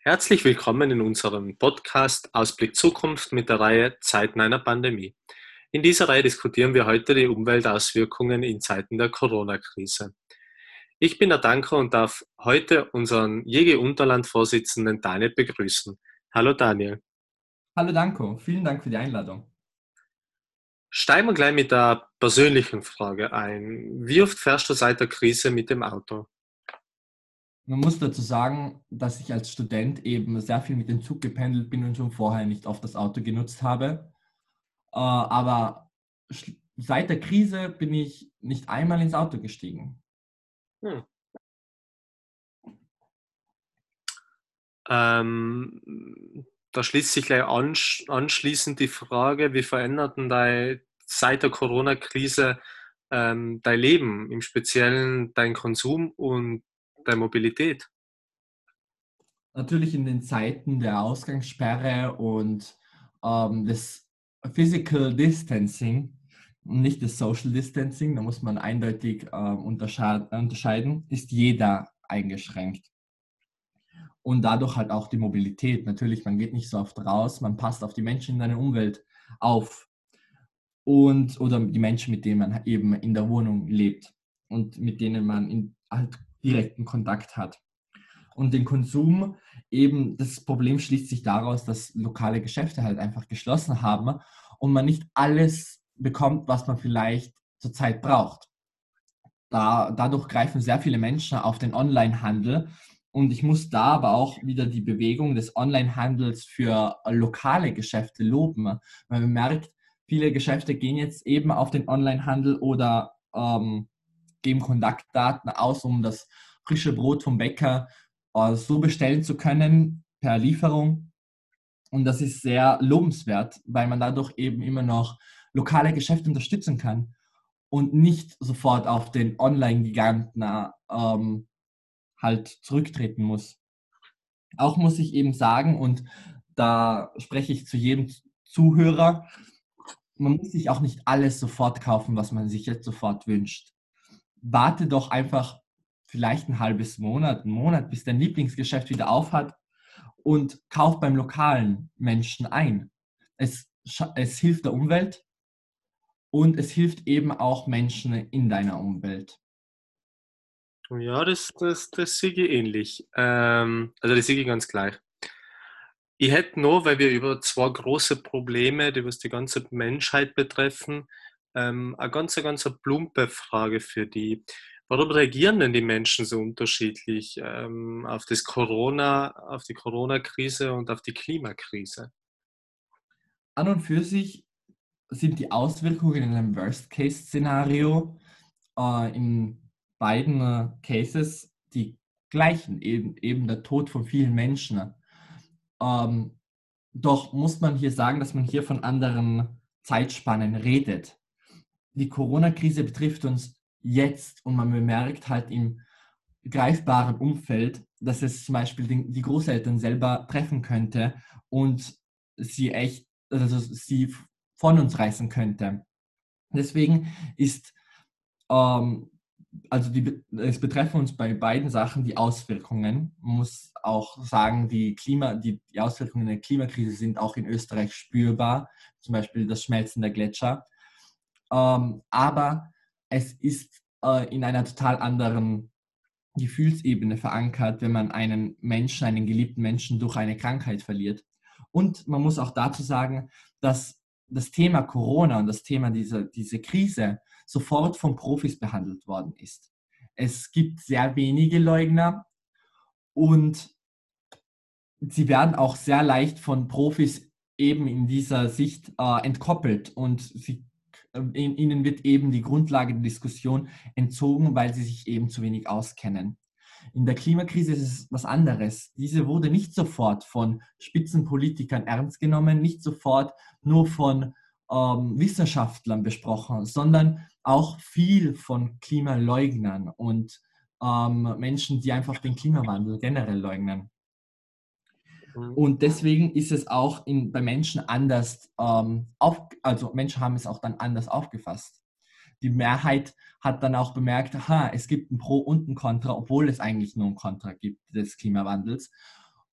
Herzlich willkommen in unserem Podcast Ausblick Zukunft mit der Reihe Zeiten einer Pandemie. In dieser Reihe diskutieren wir heute die Umweltauswirkungen in Zeiten der Corona-Krise. Ich bin der Danko und darf heute unseren JG-Unterland-Vorsitzenden Daniel begrüßen. Hallo Daniel. Hallo Danko, vielen Dank für die Einladung. Steigen wir gleich mit der persönlichen Frage ein. Wie oft fährst du seit der Krise mit dem Auto? Man muss dazu sagen, dass ich als Student eben sehr viel mit dem Zug gependelt bin und schon vorher nicht oft das Auto genutzt habe. Aber seit der Krise bin ich nicht einmal ins Auto gestiegen. Hm. Ähm, Da schließt sich gleich anschließend die Frage, wie verändert denn seit der Corona-Krise dein Leben, im Speziellen dein Konsum und deine Mobilität? Natürlich in den Zeiten der Ausgangssperre und des Physical Distancing und nicht des Social Distancing, da muss man eindeutig unterscheiden, ist jeder eingeschränkt. Und dadurch halt auch die Mobilität. Natürlich, man geht nicht so oft raus, man passt auf die Menschen in seiner Umwelt auf oder die Menschen, mit denen man eben in der Wohnung lebt und mit denen man halt direkten Kontakt hat. Und den Konsum, eben das Problem schließt sich daraus, dass lokale Geschäfte halt einfach geschlossen haben und man nicht alles bekommt, was man vielleicht zurzeit braucht. Dadurch greifen sehr viele Menschen auf den Onlinehandel. Und ich muss da aber auch wieder die Bewegung des Onlinehandels für lokale Geschäfte loben. Weil man merkt, viele Geschäfte gehen jetzt eben auf den Onlinehandel oder geben Kontaktdaten aus, um das frische Brot vom Bäcker so bestellen zu können per Lieferung. Und das ist sehr lobenswert, weil man dadurch eben immer noch lokale Geschäfte unterstützen kann und nicht sofort auf den Online-Giganten halt zurücktreten muss. Auch muss ich eben sagen, und da spreche ich zu jedem Zuhörer, man muss sich auch nicht alles sofort kaufen, was man sich jetzt sofort wünscht. Warte doch einfach vielleicht ein halbes Monat, einen Monat, bis dein Lieblingsgeschäft wieder aufhat und kauf beim lokalen Menschen ein. Es hilft der Umwelt und es hilft eben auch Menschen in deiner Umwelt. Ja, das sehe ich ähnlich. Also das sehe ich ganz gleich. Ich hätte noch, weil wir über zwei große Probleme, die was die ganze Menschheit betreffen, eine ganz plumpe Frage für die. Warum reagieren denn die Menschen so unterschiedlich auf auf die Corona-Krise und auf die Klimakrise? An und für sich sind die Auswirkungen in einem Worst-Case-Szenario in beiden Cases die gleichen, eben der Tod von vielen Menschen. Ähm, doch muss man hier sagen, dass man hier von anderen Zeitspannen redet. Die Corona-Krise betrifft uns jetzt und man bemerkt halt im greifbaren Umfeld, dass es zum Beispiel die Großeltern selber treffen könnte und also sie von uns reißen könnte. Deswegen ist, ähm, es betreffen uns bei beiden Sachen die Auswirkungen. Man muss auch sagen, die Auswirkungen der Klimakrise sind auch in Österreich spürbar, zum Beispiel das Schmelzen der Gletscher. Aber es ist in einer total anderen Gefühlsebene verankert, wenn man einen geliebten Menschen durch eine Krankheit verliert. Und man muss auch dazu sagen, dass das Thema Corona und das Thema diese Krise sofort von Profis behandelt worden ist. Es gibt sehr wenige Leugner und sie werden auch sehr leicht von Profis eben in dieser Sicht entkoppelt und ihnen wird eben die Grundlage der Diskussion entzogen, weil sie sich eben zu wenig auskennen. In der Klimakrise ist es was anderes. Diese wurde nicht sofort von Spitzenpolitikern ernst genommen, nicht sofort nur von Wissenschaftlern besprochen, sondern auch viel von Klimaleugnern und Menschen, die einfach den Klimawandel generell leugnen. Mhm. Und deswegen ist es auch bei Menschen anders, also Menschen haben es auch dann anders aufgefasst. Die Mehrheit hat dann auch bemerkt, aha, es gibt ein Pro und ein Contra, obwohl es eigentlich nur ein Contra gibt des Klimawandels.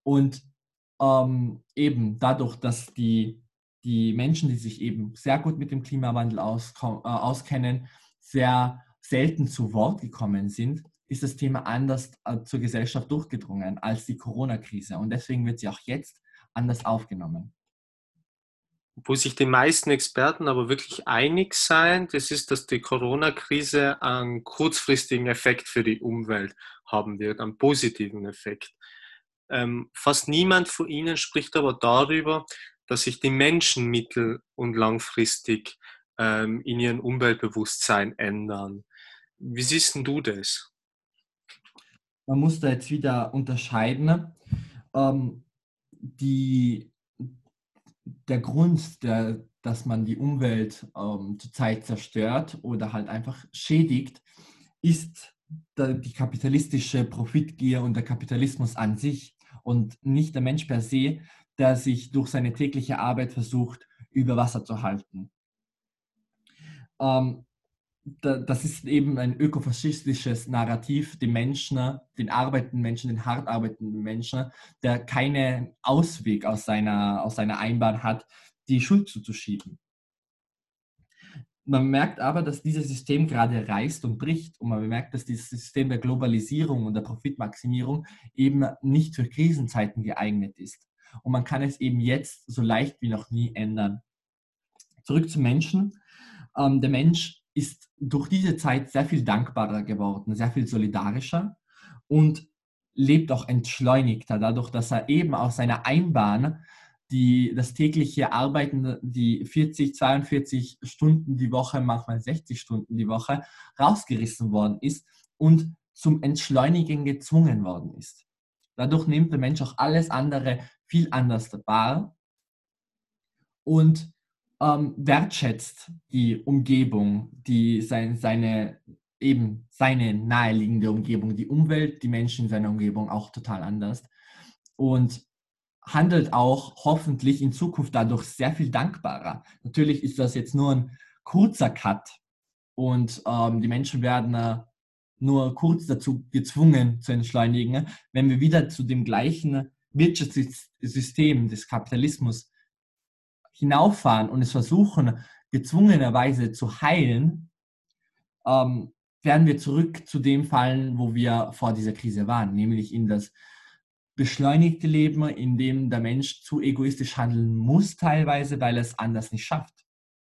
Und eben dadurch, dass die Menschen, die sich eben sehr gut mit dem Klimawandel auskennen, sehr selten zu Wort gekommen sind, ist das Thema anders zur Gesellschaft durchgedrungen als die Corona-Krise. Und deswegen wird sie auch jetzt anders aufgenommen. Wo sich die meisten Experten aber wirklich einig sein, das ist, dass die Corona-Krise einen kurzfristigen Effekt für die Umwelt haben wird, einen positiven Effekt. Fast niemand von Ihnen spricht aber darüber, dass sich die Menschen mittel- und langfristig in ihrem Umweltbewusstsein ändern. Wie siehst denn du das? Man muss da jetzt wieder unterscheiden. Ähm, die, der Grund, dass man die Umwelt zurzeit zerstört oder halt einfach schädigt, ist die kapitalistische Profitgier und der Kapitalismus an sich und nicht der Mensch per se, der sich durch seine tägliche Arbeit versucht, über Wasser zu halten. Ähm, Das ist eben ein ökofaschistisches Narrativ, den Menschen, den arbeitenden Menschen, den hart arbeitenden Menschen, der keinen Ausweg aus seiner Einbahn hat, die Schuld zuzuschieben. Man merkt aber, dass dieses System gerade reißt und bricht und man bemerkt, dass dieses System der Globalisierung und der Profitmaximierung eben nicht für Krisenzeiten geeignet ist. Und man kann es eben jetzt so leicht wie noch nie ändern. Zurück zum Menschen. Der Mensch ist durch diese Zeit sehr viel dankbarer geworden, sehr viel solidarischer und lebt auch entschleunigter, dadurch, dass er eben aus seiner Einbahn das tägliche Arbeiten, die 40, 42 Stunden die Woche, manchmal 60 Stunden die Woche, rausgerissen worden ist und zum Entschleunigen gezwungen worden ist. Dadurch nimmt der Mensch auch alles andere viel anders wahr und wertschätzt die Umgebung, seine naheliegende Umgebung, die Umwelt, die Menschen in seiner Umgebung auch total anders und handelt auch hoffentlich in Zukunft dadurch sehr viel dankbarer. Natürlich ist das jetzt nur ein kurzer Cut und die Menschen werden nur kurz dazu gezwungen zu entschleunigen, wenn wir wieder zu dem gleichen Wirtschaftssystem des Kapitalismus hinauffahren und es versuchen, gezwungenerweise zu heilen, werden wir zurück zu dem fallen, wo wir vor dieser Krise waren, nämlich in das beschleunigte Leben, in dem der Mensch zu egoistisch handeln muss, teilweise, weil er es anders nicht schafft.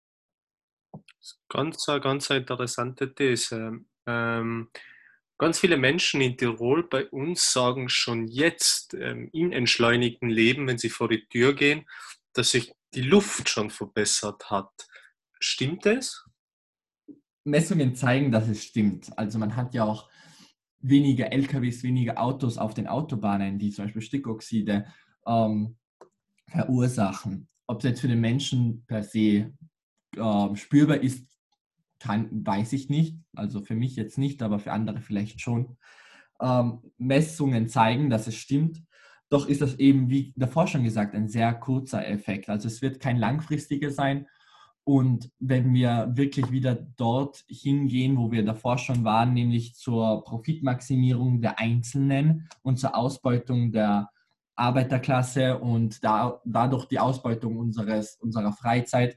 Ganz eine interessante These. Ganz viele Menschen in Tirol bei uns sagen schon jetzt im entschleunigten Leben, wenn sie vor die Tür gehen, dass sich die Luft schon verbessert hat. Stimmt das? Messungen zeigen, dass es stimmt. Also man hat ja auch weniger LKWs, weniger Autos auf den Autobahnen, die zum Beispiel Stickoxide ähm, verursachen. Ob es jetzt für den Menschen per se spürbar ist, weiß ich nicht. Also für mich jetzt nicht, aber für andere vielleicht schon. Messungen zeigen, dass es stimmt. Doch ist das eben, wie davor schon gesagt, ein sehr kurzer Effekt. Also es wird kein langfristiger sein. Und wenn wir wirklich wieder dort hingehen, wo wir davor schon waren, nämlich zur Profitmaximierung der Einzelnen und zur Ausbeutung der Arbeiterklasse und dadurch die Ausbeutung unserer Freizeit,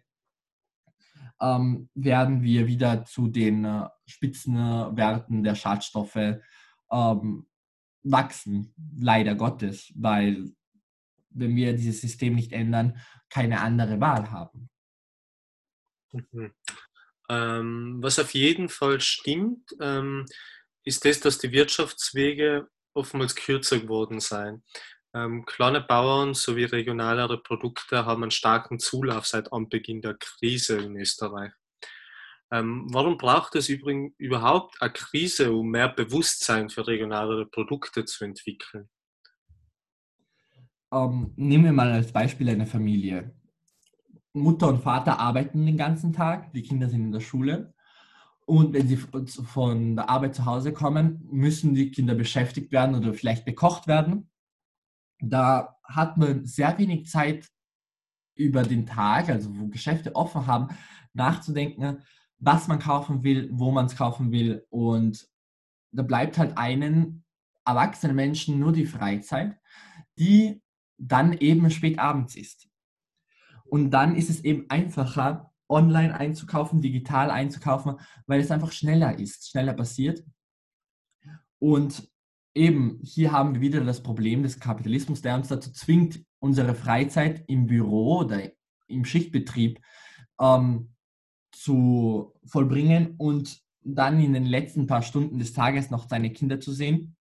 werden wir wieder zu den Spitzenwerten der Schadstoffe wachsen, leider Gottes, weil wenn wir dieses System nicht ändern, keine andere Wahl haben. Mhm. Was auf jeden Fall stimmt, ist das, dass die Wirtschaftswege oftmals kürzer geworden sind. Kleine Bauern sowie regionalere Produkte haben einen starken Zulauf seit Anbeginn der Krise in Österreich. Warum braucht es übrigens überhaupt eine Krise, um mehr Bewusstsein für regionalere Produkte zu entwickeln? Nehmen wir mal als Beispiel eine Familie. Mutter und Vater arbeiten den ganzen Tag, die Kinder sind in der Schule. Und wenn sie von der Arbeit zu Hause kommen, müssen die Kinder beschäftigt werden oder vielleicht bekocht werden. Da hat man sehr wenig Zeit über den Tag, also wo Geschäfte offen haben, nachzudenken, was man kaufen will, wo man es kaufen will. Und da bleibt halt einen erwachsenen Menschen nur die Freizeit, die dann eben spät abends ist. Und dann ist es eben einfacher, online einzukaufen, digital einzukaufen, weil es einfach schneller ist, schneller passiert. Und eben hier haben wir wieder das Problem des Kapitalismus, der uns dazu zwingt, unsere Freizeit im Büro oder im Schichtbetrieb ähm, zu vollbringen und dann in den letzten paar Stunden des Tages noch seine Kinder zu sehen.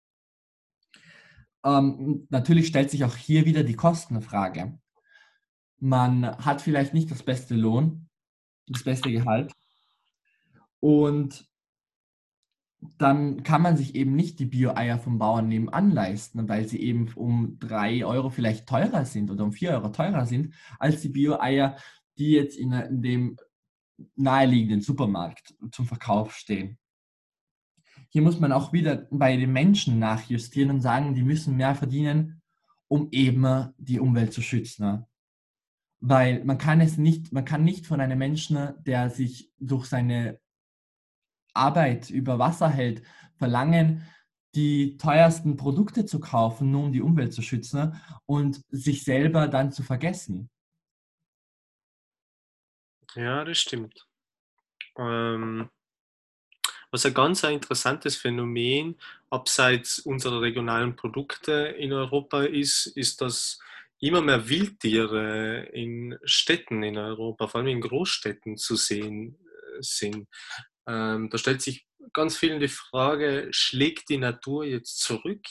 Natürlich stellt sich auch hier wieder die Kostenfrage. Man hat vielleicht nicht das beste Lohn, das beste Gehalt und dann kann man sich eben nicht die Bio-Eier vom Bauern nebenan leisten, weil sie eben um 3 Euro vielleicht teurer sind oder um 4 Euro teurer sind als die Bio-Eier, die jetzt in dem naheliegenden Supermarkt zum Verkauf stehen. Hier muss man auch wieder bei den Menschen nachjustieren und sagen, die müssen mehr verdienen, um eben die Umwelt zu schützen. Weil man kann nicht von einem Menschen, der sich durch seine Arbeit über Wasser hält, verlangen, die teuersten Produkte zu kaufen, nur um die Umwelt zu schützen und sich selber dann zu vergessen. Ja, das stimmt. Ähm, Was ein ganz ein interessantes Phänomen abseits unserer regionalen Produkte in Europa ist, ist, dass immer mehr Wildtiere in Städten in Europa, vor allem in Großstädten zu sehen sind. Da stellt sich ganz vielen die Frage, schlägt die Natur jetzt zurück?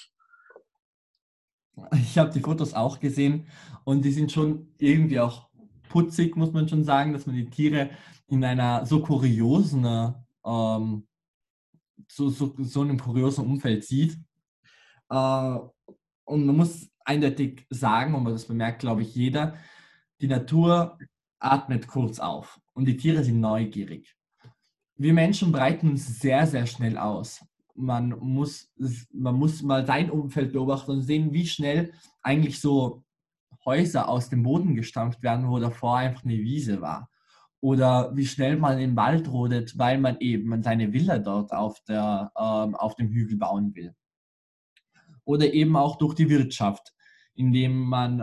Ich habe die Fotos auch gesehen und die sind schon irgendwie auch putzig, muss man schon sagen, dass man die Tiere in einer so kuriosen, so einem kuriosen Umfeld sieht. Äh, und man muss eindeutig sagen, und das bemerkt, glaube ich, jeder, die Natur atmet kurz auf und die Tiere sind neugierig. Wir Menschen breiten uns sehr, sehr schnell aus. Man muss mal sein Umfeld beobachten und sehen, wie schnell eigentlich so Häuser aus dem Boden gestampft werden, wo davor einfach eine Wiese war. Oder wie schnell man im Wald rodet, weil man eben seine Villa dort auf dem Hügel bauen will. Oder eben auch durch die Wirtschaft, indem man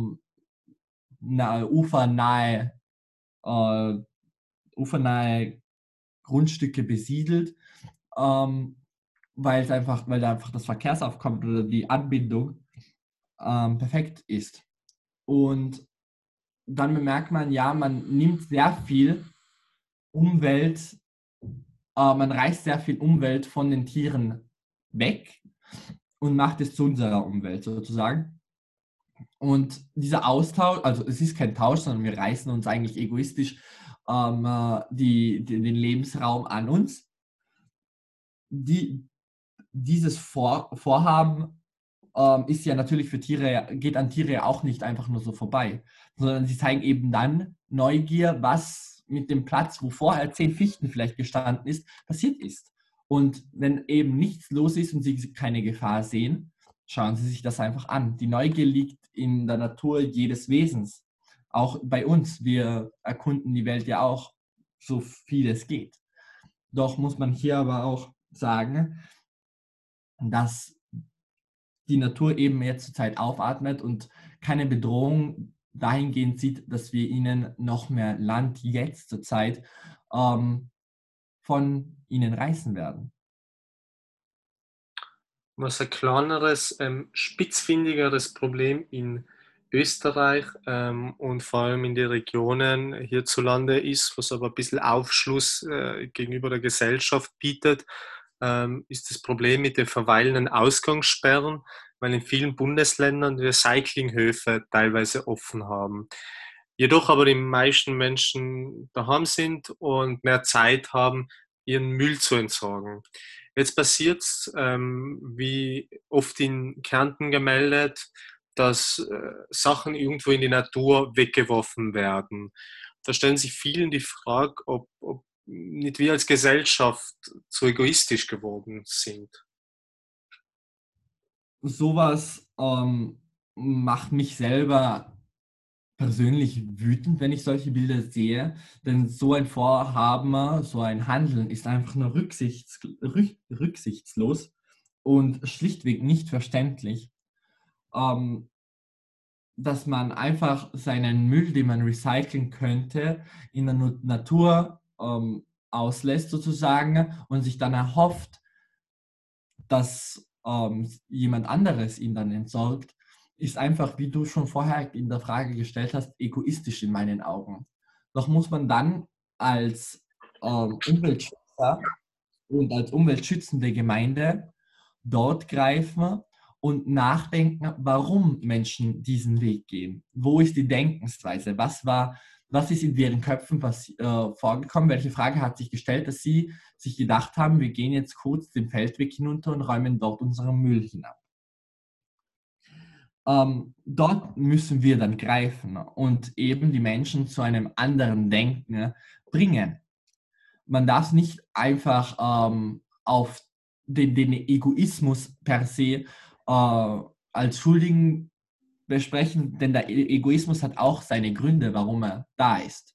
ufernahe, äh, ufernahe Grundstücke besiedelt, ähm, weil da einfach das Verkehrsaufkommen oder die Anbindung perfekt ist. Und dann bemerkt man, ja, man nimmt sehr viel Umwelt, man reißt sehr viel Umwelt von den Tieren weg und macht es zu unserer Umwelt sozusagen. Und dieser Austausch, also es ist kein Tausch, sondern wir reißen uns eigentlich egoistisch den Lebensraum an uns. Dieses Vorhaben ist ja natürlich für Tiere, geht an Tiere ja auch nicht einfach nur so vorbei, sondern sie zeigen eben dann Neugier, was mit dem Platz, wo vorher 10 Fichten vielleicht gestanden ist, passiert ist. Und wenn eben nichts los ist und sie keine Gefahr sehen, schauen sie sich das einfach an. Die Neugier liegt in der Natur jedes Wesens. Auch bei uns, wir erkunden die Welt ja auch, so viel es geht. Doch muss man hier aber auch sagen, dass die Natur eben jetzt zurzeit aufatmet und keine Bedrohung dahingehend sieht, dass wir ihnen noch mehr Land jetzt zurzeit von ihnen reißen werden. Was ein kleineres, spitzfindigeres Problem in Österreich und vor allem in den Regionen hierzulande ist, was aber ein bisschen Aufschluss gegenüber der Gesellschaft bietet, ist das Problem mit den verweilenden Ausgangssperren, weil in vielen Bundesländern die Recyclinghöfe teilweise offen haben. Jedoch aber die meisten Menschen daheim sind und mehr Zeit haben, ihren Müll zu entsorgen. Jetzt passiert es, wie oft in Kärnten gemeldet, dass Sachen irgendwo in die Natur weggeworfen werden. Da stellen sich vielen die Frage, ob nicht wir als Gesellschaft zu egoistisch geworden sind. Sowas macht mich selber persönlich wütend, wenn ich solche Bilder sehe, denn so ein Vorhaben, so ein Handeln ist einfach nur rücksichtslos und schlichtweg nicht verständlich. dass man einfach seinen Müll, den man recyceln könnte, in der Natur auslässt sozusagen und sich dann erhofft, dass jemand anderes ihn dann entsorgt, ist einfach, wie du schon vorher in der Frage gestellt hast, egoistisch in meinen Augen. Doch muss man dann als Umweltschützer und als umweltschützende Gemeinde dort greifen und nachdenken, warum Menschen diesen Weg gehen. Wo ist die Denkensweise? Was ist in deren Köpfen vorgekommen? Welche Frage hat sich gestellt, dass sie sich gedacht haben, wir gehen jetzt kurz den Feldweg hinunter und räumen dort unseren Müll hinab. Dort müssen wir dann greifen und eben die Menschen zu einem anderen Denken bringen. Man darf nicht einfach auf den Egoismus per se als Schuldigen besprechen, denn der Egoismus hat auch seine Gründe, warum er da ist.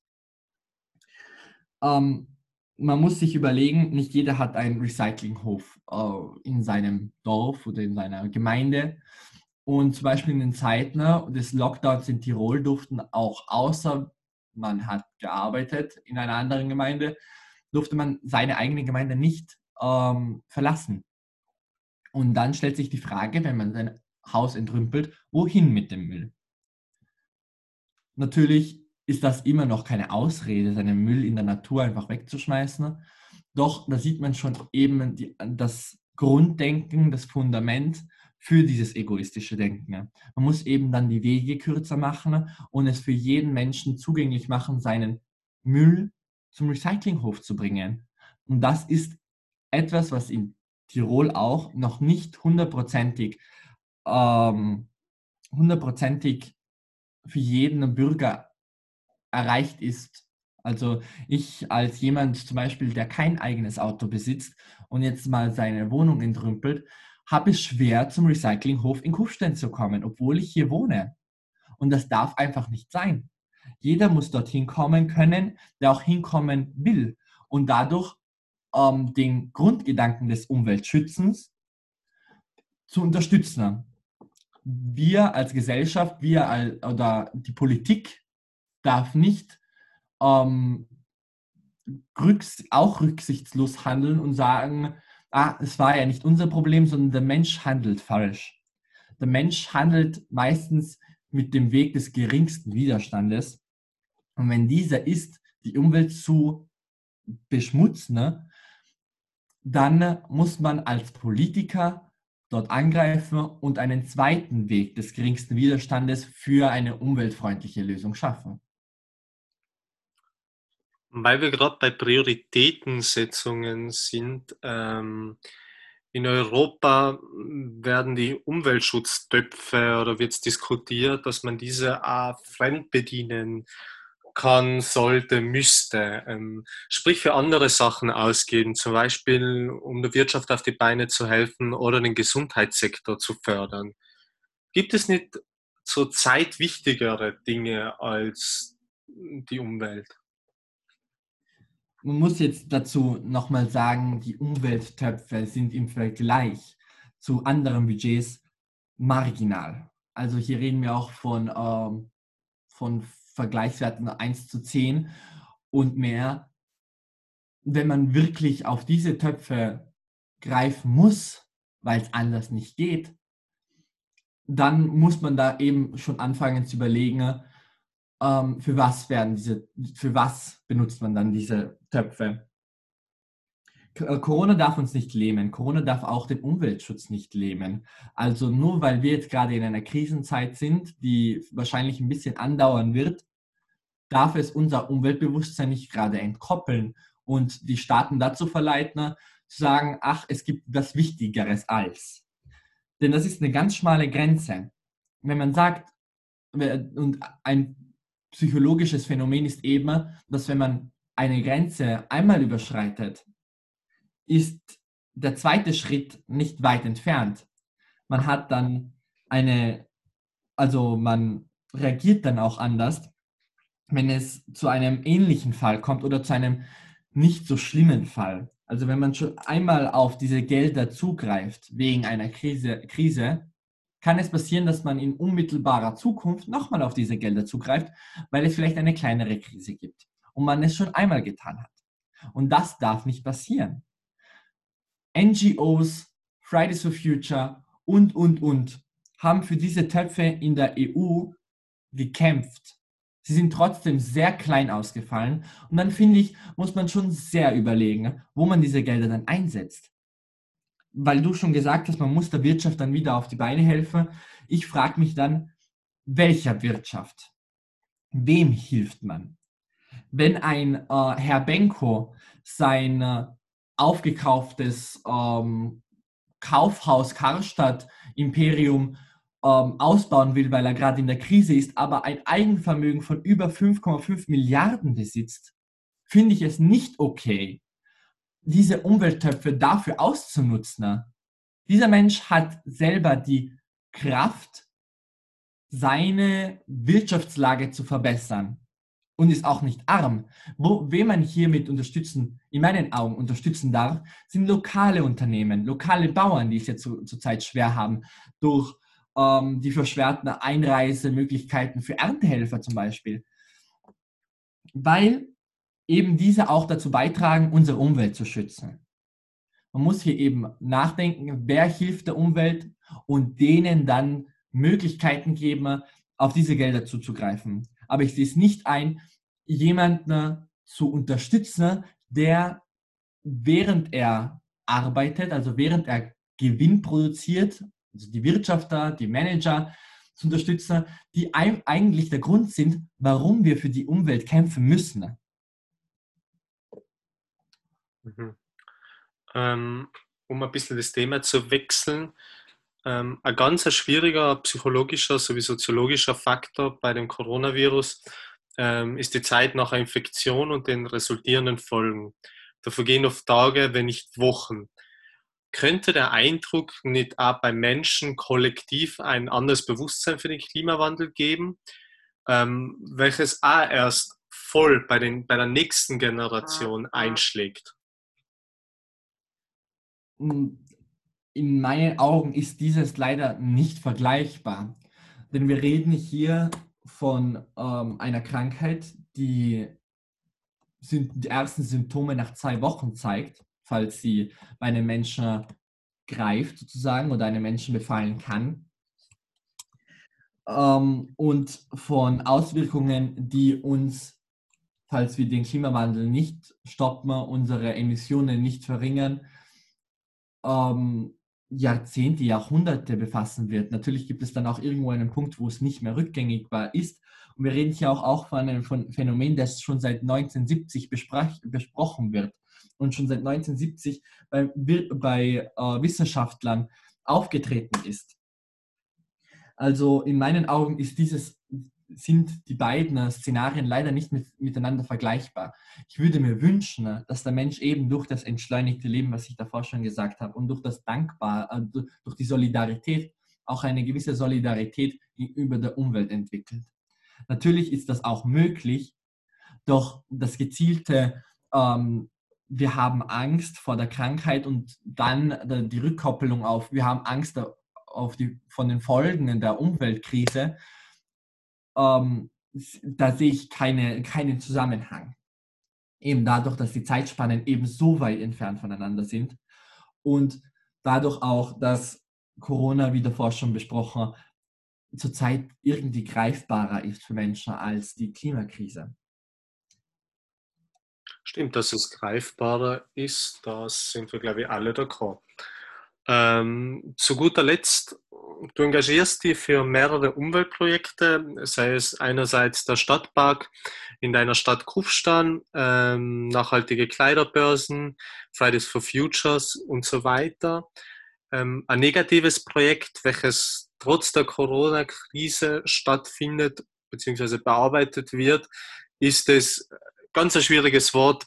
Man muss sich überlegen, nicht jeder hat einen Recyclinghof in seinem Dorf oder in seiner Gemeinde. Und zum Beispiel in den Zeiten des Lockdowns in Tirol durften auch, außer man hat gearbeitet in einer anderen Gemeinde, durfte man seine eigene Gemeinde nicht verlassen. Und dann stellt sich die Frage, wenn man sein Haus entrümpelt, wohin mit dem Müll? Natürlich ist das immer noch keine Ausrede, seinen Müll in der Natur einfach wegzuschmeißen. Doch da sieht man schon eben das Grunddenken, das Fundament für dieses egoistische Denken. Man muss eben dann die Wege kürzer machen und es für jeden Menschen zugänglich machen, seinen Müll zum Recyclinghof zu bringen. Und das ist etwas, was in Tirol auch noch nicht hundertprozentig für jeden Bürger erreicht ist. Also ich als jemand zum Beispiel, der kein eigenes Auto besitzt und jetzt mal seine Wohnung entrümpelt, habe es schwer, zum Recyclinghof in Kufstein zu kommen, obwohl ich hier wohne. Und das darf einfach nicht sein. Jeder muss dorthin kommen können, der auch hinkommen will. Und dadurch den Grundgedanken des Umweltschützens zu unterstützen. Wir als Gesellschaft, oder die Politik darf nicht auch rücksichtslos handeln und sagen, es war ja nicht unser Problem, sondern der Mensch handelt falsch. Der Mensch handelt meistens mit dem Weg des geringsten Widerstandes. Und wenn dieser ist, die Umwelt zu beschmutzen, dann muss man als Politiker dort angreifen und einen zweiten Weg des geringsten Widerstandes für eine umweltfreundliche Lösung schaffen. Weil wir gerade bei Prioritätensetzungen sind, in Europa werden die Umweltschutztöpfe oder wird es diskutiert, dass man diese fremd bedienen kann, sollte, müsste. Sprich für andere Sachen ausgeben, zum Beispiel um der Wirtschaft auf die Beine zu helfen oder den Gesundheitssektor zu fördern. Gibt es nicht zurzeit wichtigere Dinge als die Umwelt? Man muss jetzt dazu nochmal sagen, die Umwelttöpfe sind im Vergleich zu anderen Budgets marginal. Also hier reden wir auch von Vergleichswerten 1:10 und mehr. Wenn man wirklich auf diese Töpfe greifen muss, weil es anders nicht geht, dann muss man da eben schon anfangen zu überlegen, für was benutzt man dann diese Töpfe. Corona darf uns nicht lähmen. Corona darf auch den Umweltschutz nicht lähmen. Also nur weil wir jetzt gerade in einer Krisenzeit sind, die wahrscheinlich ein bisschen andauern wird, darf es unser Umweltbewusstsein nicht gerade entkoppeln und die Staaten dazu verleiten, zu sagen, ach, es gibt was Wichtigeres als. Denn das ist eine ganz schmale Grenze. Wenn man sagt, und ein psychologisches Phänomen ist eben, dass wenn man eine Grenze einmal überschreitet, ist der zweite Schritt nicht weit entfernt. Man hat dann man reagiert dann auch anders, wenn es zu einem ähnlichen Fall kommt oder zu einem nicht so schlimmen Fall. Also wenn man schon einmal auf diese Gelder zugreift wegen einer Krise, kann es passieren, dass man in unmittelbarer Zukunft nochmal auf diese Gelder zugreift, weil es vielleicht eine kleinere Krise gibt und man es schon einmal getan hat. Und das darf nicht passieren. NGOs, Fridays for Future und haben für diese Töpfe in der EU gekämpft. Sie sind trotzdem sehr klein ausgefallen und dann finde ich, muss man schon sehr überlegen, wo man diese Gelder dann einsetzt. Weil du schon gesagt hast, man muss der Wirtschaft dann wieder auf die Beine helfen. Ich frage mich dann, welcher Wirtschaft? Wem hilft man? Wenn ein Herr Benko sein aufgekauftes Kaufhaus Karstadt Imperium ausbauen will, weil er gerade in der Krise ist, aber ein Eigenvermögen von über 5,5 Milliarden besitzt, finde ich es nicht okay, diese Umwelttöpfe dafür auszunutzen. Dieser Mensch hat selber die Kraft, seine Wirtschaftslage zu verbessern und ist auch nicht arm. Wen man hiermit unterstützen, in meinen Augen unterstützen darf, sind lokale Unternehmen, lokale Bauern, die es jetzt zurzeit schwer haben, durch die verschwerten Einreisemöglichkeiten für Erntehelfer zum Beispiel. Weil eben diese auch dazu beitragen, unsere Umwelt zu schützen. Man muss hier eben nachdenken, wer hilft der Umwelt und denen dann Möglichkeiten geben, auf diese Gelder zuzugreifen. Aber ich sehe es nicht ein, jemanden zu unterstützen, der während er arbeitet, also während er Gewinn produziert, also die Wirtschafter, die Manager zu unterstützen, die eigentlich der Grund sind, warum wir für die Umwelt kämpfen müssen. Mhm. Um ein bisschen das Thema zu wechseln, ein ganz schwieriger psychologischer sowie soziologischer Faktor bei dem Coronavirus ist die Zeit nach einer Infektion und den resultierenden Folgen. Da vergehen oft Tage, wenn nicht Wochen. Könnte der Eindruck nicht auch bei Menschen kollektiv ein anderes Bewusstsein für den Klimawandel geben, welches auch erst voll bei der nächsten Generation einschlägt? In meinen Augen ist dieses leider nicht vergleichbar. Denn wir reden hier von einer Krankheit, die die ersten Symptome nach 2 Wochen zeigt, falls sie bei einem Menschen greift sozusagen oder einem Menschen befallen kann. Und von Auswirkungen, die uns, falls wir den Klimawandel nicht stoppen, unsere Emissionen nicht verringern, Jahrzehnte, Jahrhunderte befassen wird. Natürlich gibt es dann auch irgendwo einen Punkt, wo es nicht mehr rückgängigbar ist. Und wir reden hier auch von einem Phänomen, das schon seit 1970 besprochen wird und schon seit 1970 bei Wissenschaftlern aufgetreten ist. Also in meinen Augen sind die beiden Szenarien leider nicht miteinander vergleichbar. Ich würde mir wünschen, dass der Mensch eben durch das entschleunigte Leben, was ich davor schon gesagt habe, und durch das durch die Solidarität auch eine gewisse Solidarität gegenüber der Umwelt entwickelt. Natürlich ist das auch möglich, doch das gezielte wir haben Angst vor der Krankheit und dann die Rückkoppelung auf, wir haben Angst von den Folgen der Umweltkrise, da sehe ich keinen Zusammenhang. Eben dadurch, dass die Zeitspannen eben so weit entfernt voneinander sind und dadurch auch, dass Corona, wie davor schon besprochen, zurzeit irgendwie greifbarer ist für Menschen als die Klimakrise. Stimmt, dass es greifbarer ist, da sind wir, glaube ich, alle d'accord. Zu guter Letzt, du engagierst dich für mehrere Umweltprojekte, sei es einerseits der Stadtpark in deiner Stadt Kufstein, nachhaltige Kleiderbörsen, Fridays for Futures und so weiter. Ein negatives Projekt, welches trotz der Corona-Krise stattfindet bzw. bearbeitet wird, ist es ganz ein schwieriges Wort,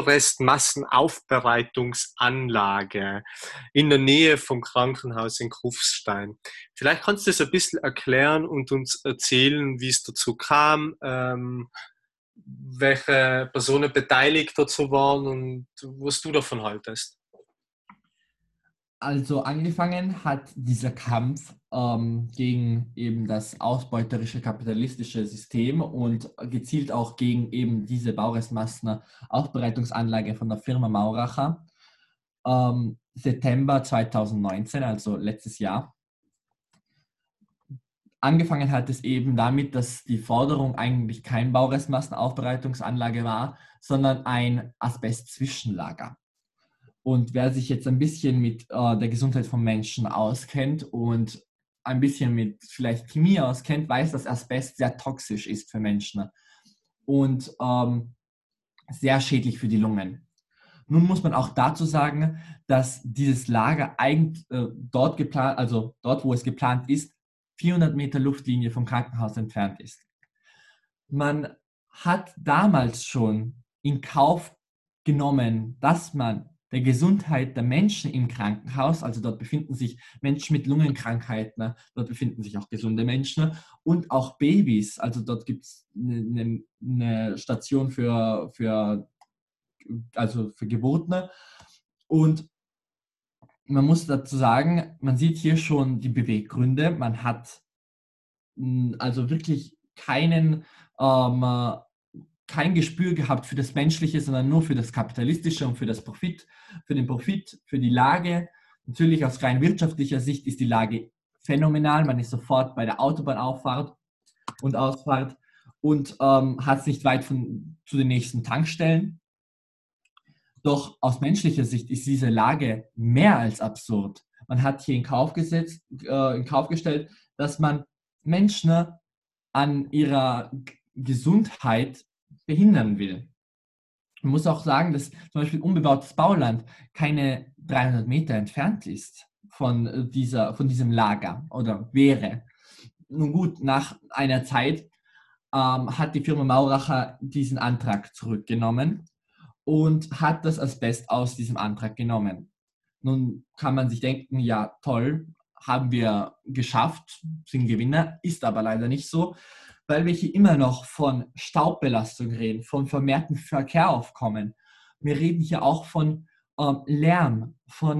Baurestmassenaufbereitungsanlage in der Nähe vom Krankenhaus in Kufstein. Vielleicht kannst du das ein bisschen erklären und uns erzählen, wie es dazu kam, welche Personen beteiligt dazu waren und was du davon haltest. Also angefangen hat dieser Kampf gegen eben das ausbeuterische kapitalistische System und gezielt auch gegen eben diese Baurestmassener Aufbereitungsanlage von der Firma Mauracher. September 2019, also letztes Jahr. Angefangen hat es eben damit, dass die Forderung eigentlich kein Baurestmassenaufbereitungsanlage war, sondern ein Asbest-Zwischenlager. Und wer sich jetzt ein bisschen mit der Gesundheit von Menschen auskennt und ein bisschen mit vielleicht Chemie auskennt, weiß, dass Asbest sehr toxisch ist für Menschen und sehr schädlich für die Lungen. Nun muss man auch dazu sagen, dass dieses Lager eigentlich dort geplant, also dort, wo es geplant ist, 400 Meter Luftlinie vom Krankenhaus entfernt ist. Man hat damals schon in Kauf genommen, dass man der Gesundheit der Menschen im Krankenhaus, also dort befinden sich Menschen mit Lungenkrankheiten, dort befinden sich auch gesunde Menschen und auch Babys, also dort gibt es eine Station also für Geburten. Und man muss dazu sagen, man sieht hier schon die Beweggründe. Man hat also wirklich kein Gespür gehabt für das Menschliche, sondern nur für das Kapitalistische und für das Profit, für den Profit, für die Lage. Natürlich aus rein wirtschaftlicher Sicht ist die Lage phänomenal. Man ist sofort bei der Autobahnauffahrt und Ausfahrt und hat es nicht weit zu den nächsten Tankstellen. Doch aus menschlicher Sicht ist diese Lage mehr als absurd. Man hat hier in Kauf gestellt, dass man Menschen an ihrer Gesundheit behindern will. Man muss auch sagen, dass zum Beispiel unbebautes Bauland keine 300 Meter entfernt ist von diesem Lager oder wäre. Nun gut, nach einer Zeit hat die Firma Mauracher diesen Antrag zurückgenommen und hat das Asbest aus diesem Antrag genommen. Nun kann man sich denken, ja toll, haben wir geschafft, sind Gewinner, ist aber leider nicht so, weil wir hier immer noch von Staubbelastung reden, von vermehrtem Verkehrsaufkommen. Wir reden hier auch von Lärm,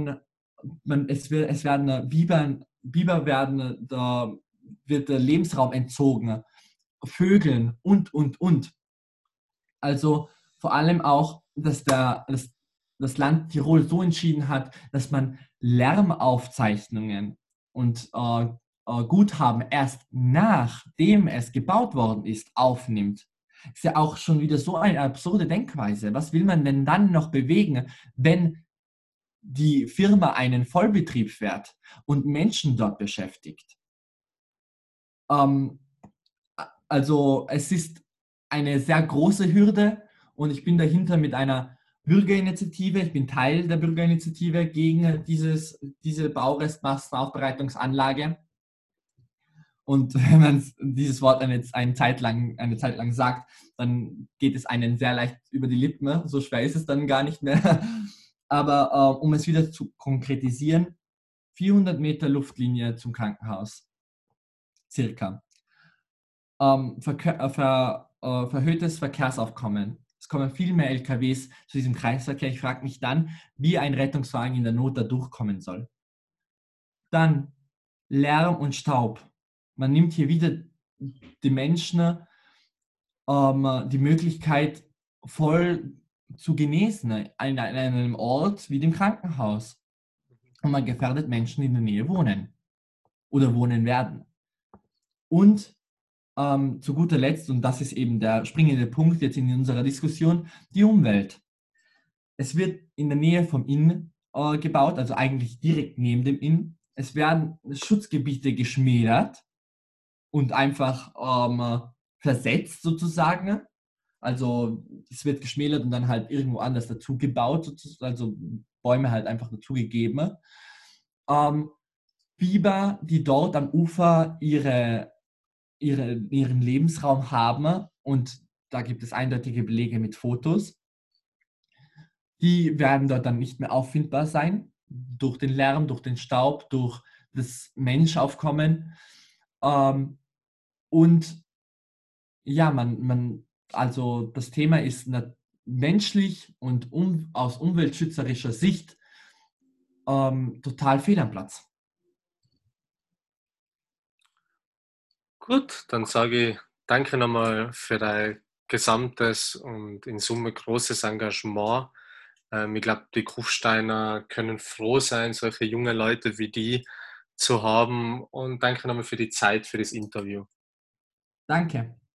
es werden Biber werden, da wird der Lebensraum entzogen, Vögeln und. Also vor allem auch, dass das Land Tirol so entschieden hat, dass man Lärmaufzeichnungen und Guthaben erst nachdem es gebaut worden ist, aufnimmt. Ist ja auch schon wieder so eine absurde Denkweise. Was will man denn dann noch bewegen, wenn die Firma einen Vollbetrieb fährt und Menschen dort beschäftigt? Ähm, also es ist eine sehr große Hürde und ich bin dahinter mit einer Bürgerinitiative. Ich bin Teil der Bürgerinitiative gegen diese Baurestmassenaufbereitungsanlage. Und wenn man dieses Wort eine Zeit lang sagt, dann geht es einen sehr leicht über die Lippen. So schwer ist es dann gar nicht mehr. Aber um es wieder zu konkretisieren, 400 Meter Luftlinie zum Krankenhaus, circa. Verhöhtes Verkehrsaufkommen. Es kommen viel mehr LKWs zu diesem Kreisverkehr. Ich frage mich dann, wie ein Rettungswagen in der Not da durchkommen soll. Dann Lärm und Staub. Man nimmt hier wieder den Menschen die Möglichkeit, voll zu genesen in einem Ort wie dem Krankenhaus. Und man gefährdet Menschen, die in der Nähe wohnen oder wohnen werden. Und zu guter Letzt, und das ist eben der springende Punkt jetzt in unserer Diskussion, die Umwelt. Es wird in der Nähe vom Inn gebaut, also eigentlich direkt neben dem Inn. Es werden Schutzgebiete geschmälert und einfach versetzt sozusagen. Also es wird geschmälert und dann halt irgendwo anders dazu gebaut, also Bäume halt einfach dazugegeben. Biber, die dort am Ufer ihren Lebensraum haben und da gibt es eindeutige Belege mit Fotos. Die werden dort dann nicht mehr auffindbar sein, durch den Lärm, durch den Staub, durch das Menschaufkommen. Und ja, also das Thema ist menschlich und aus umweltschützerischer Sicht total fehl am Platz. Gut, dann sage ich danke nochmal für dein gesamtes und in Summe großes Engagement. Ich glaube, die Kufsteiner können froh sein, solche junge Leute wie die zu haben. Und danke nochmal für die Zeit, für das Interview. Danke.